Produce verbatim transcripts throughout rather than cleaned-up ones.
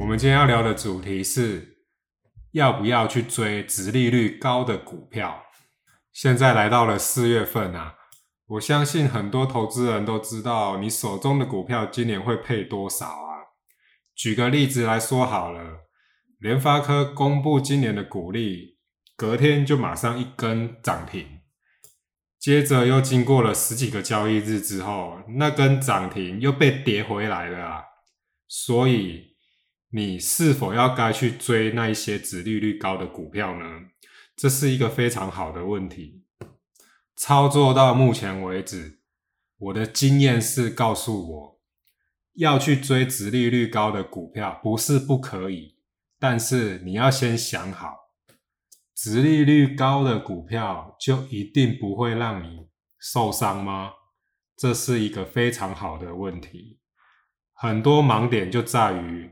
我们今天要聊的主题是要不要去追殖利率高的股票。现在来到了四月份啊，我相信很多投资人都知道你手中的股票今年会配多少啊。举个例子来说好了，联发科公布今年的股利，隔天就马上一根涨停，接着又经过了十几个交易日之后，那根涨停又被跌回来了啊。所以你是否要该去追那一些殖利率高的股票呢？这是一个非常好的问题。操作到目前为止，我的经验是告诉我，要去追殖利率高的股票不是不可以，但是你要先想好，殖利率高的股票就一定不会让你受伤吗？这是一个非常好的问题。很多盲点就在于，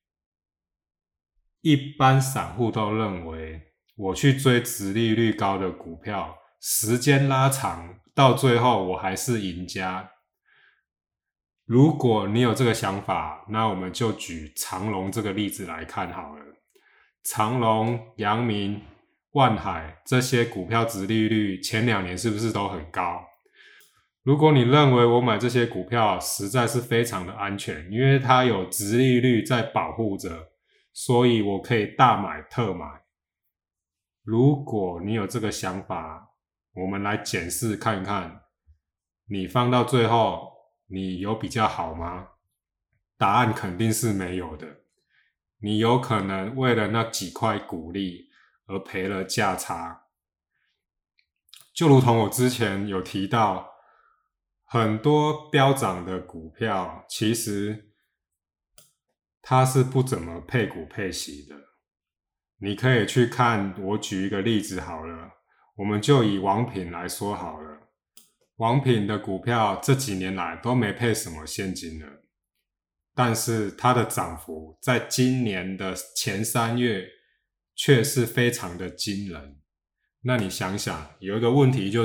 一般散户都认为我去追殖利率高的股票，时间拉长，到最后我还是赢家。如果你有这个想法，那我们就举长荣这个例子来看好了。长荣、阳明、万海这些股票殖利率前两年是不是都很高？如果你认为我买这些股票实在是非常的安全，因为它有殖利率在保护着，所以我可以大买特买。如果你有这个想法，我们来检视看看，你放到最后，你有比较好吗？答案肯定是没有的。你有可能为了那几块股利而赔了价差。就如同我之前有提到，很多飙涨的股票其实它是不怎么配股配息的。你可以去看，我举一个例子好了，我们就以王品来说好了。王品的股票这几年来都没配什么现金了，但是它的涨幅在今年的前三月却是非常的惊人。那你想想，有一个问题就是，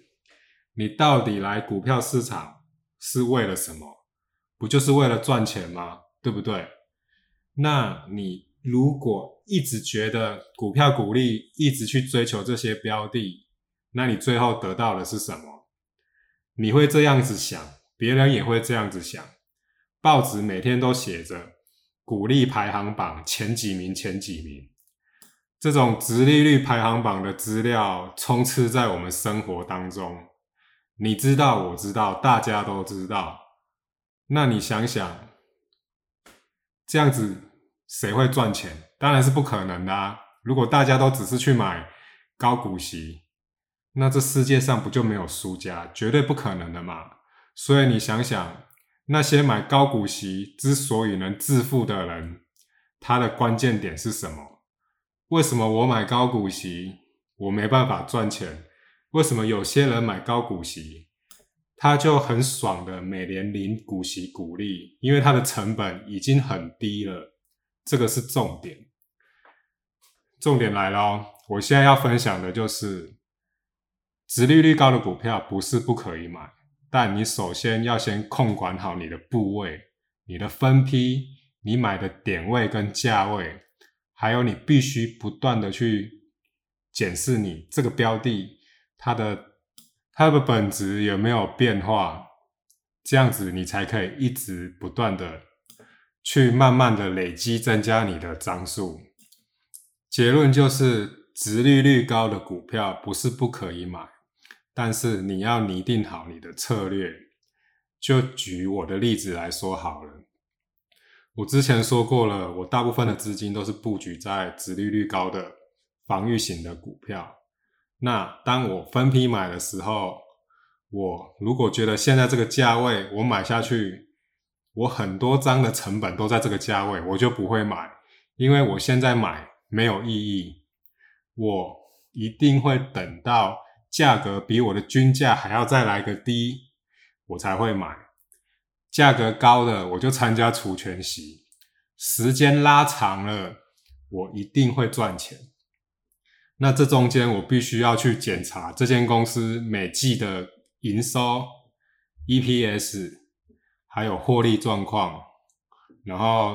你到底来股票市场是为了什么？不就是为了赚钱吗？对不对？那你如果一直觉得股票股利，一直去追求这些标的，那你最后得到的是什么？你会这样子想，别人也会这样子想。报纸每天都写着股利排行榜前几名前几名，这种殖利率排行榜的资料充斥在我们生活当中，你知道我知道大家都知道。那你想想，这样子谁会赚钱？当然是不可能的啊。如果大家都只是去买高股息，那这世界上不就没有输家？绝对不可能的嘛。所以你想想，那些买高股息之所以能致富的人，他的关键点是什么？为什么我买高股息我没办法赚钱？为什么有些人买高股息他就很爽的每年领股息股利？因为他的成本已经很低了，这个是重点。重点来了哦，我现在要分享的就是殖利率高的股票不是不可以买，但你首先要先控管好你的部位、你的分批、你买的点位跟价位，还有你必须不断的去检视你这个标的它的它的本质有没有变化，这样子你才可以一直不断的去慢慢的累积增加你的张数。结论就是殖利率高的股票不是不可以买，但是你要拟定好你的策略。就举我的例子来说好了，我之前说过了，我大部分的资金都是布局在殖利率高的防御型的股票。那当我分批买的时候，我如果觉得现在这个价位我买下去，我很多张的成本都在这个价位，我就不会买，因为我现在买没有意义，我一定会等到价格比我的均价还要再来个低，我才会买。价格高的我就参加除权息，时间拉长了，我一定会赚钱。那这中间我必须要去检查这间公司每季的营收、E P S 还有获利状况，然后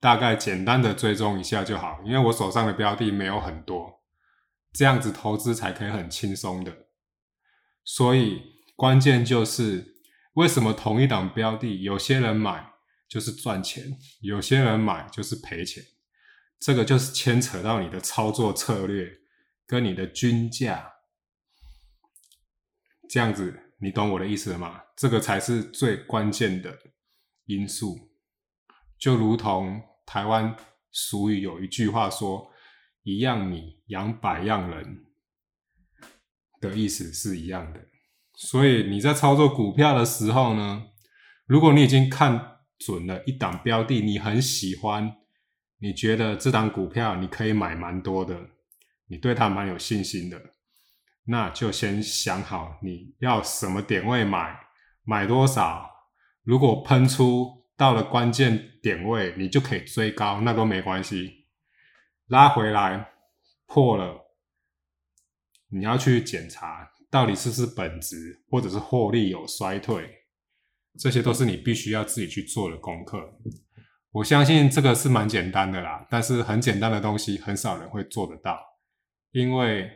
大概简单的追踪一下就好，因为我手上的标的没有很多，这样子投资才可以很轻松的。所以关键就是为什么同一档标的有些人买就是赚钱，有些人买就是赔钱，这个就是牵扯到你的操作策略跟你的均价。这样子你懂我的意思了吗？这个才是最关键的因素。就如同台湾俗语有一句话说，一样米养百样人的意思是一样的。所以你在操作股票的时候呢，如果你已经看准了一档标的，你很喜欢，你觉得这档股票你可以买蛮多的，你对它蛮有信心的，那就先想好你要什么点位买，买多少，如果喷出到了关键点位，你就可以追高，那都没关系。拉回来破了，你要去检查到底是不是本质或者是获利有衰退，这些都是你必须要自己去做的功课。我相信这个是蛮简单的啦，但是很简单的东西很少人会做得到，因为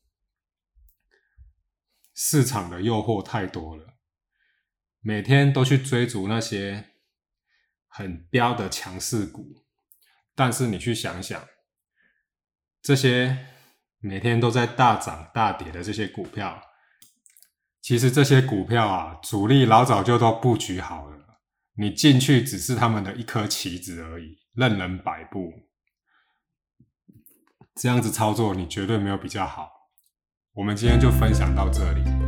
市场的诱惑太多了，每天都去追逐那些很标的强势股，但是你去想想，这些每天都在大涨大跌的这些股票，其实这些股票啊，主力老早就都布局好了，你进去只是他们的一颗棋子而已，任人摆布。这样子操作你绝对没有比较好。我们今天就分享到这里。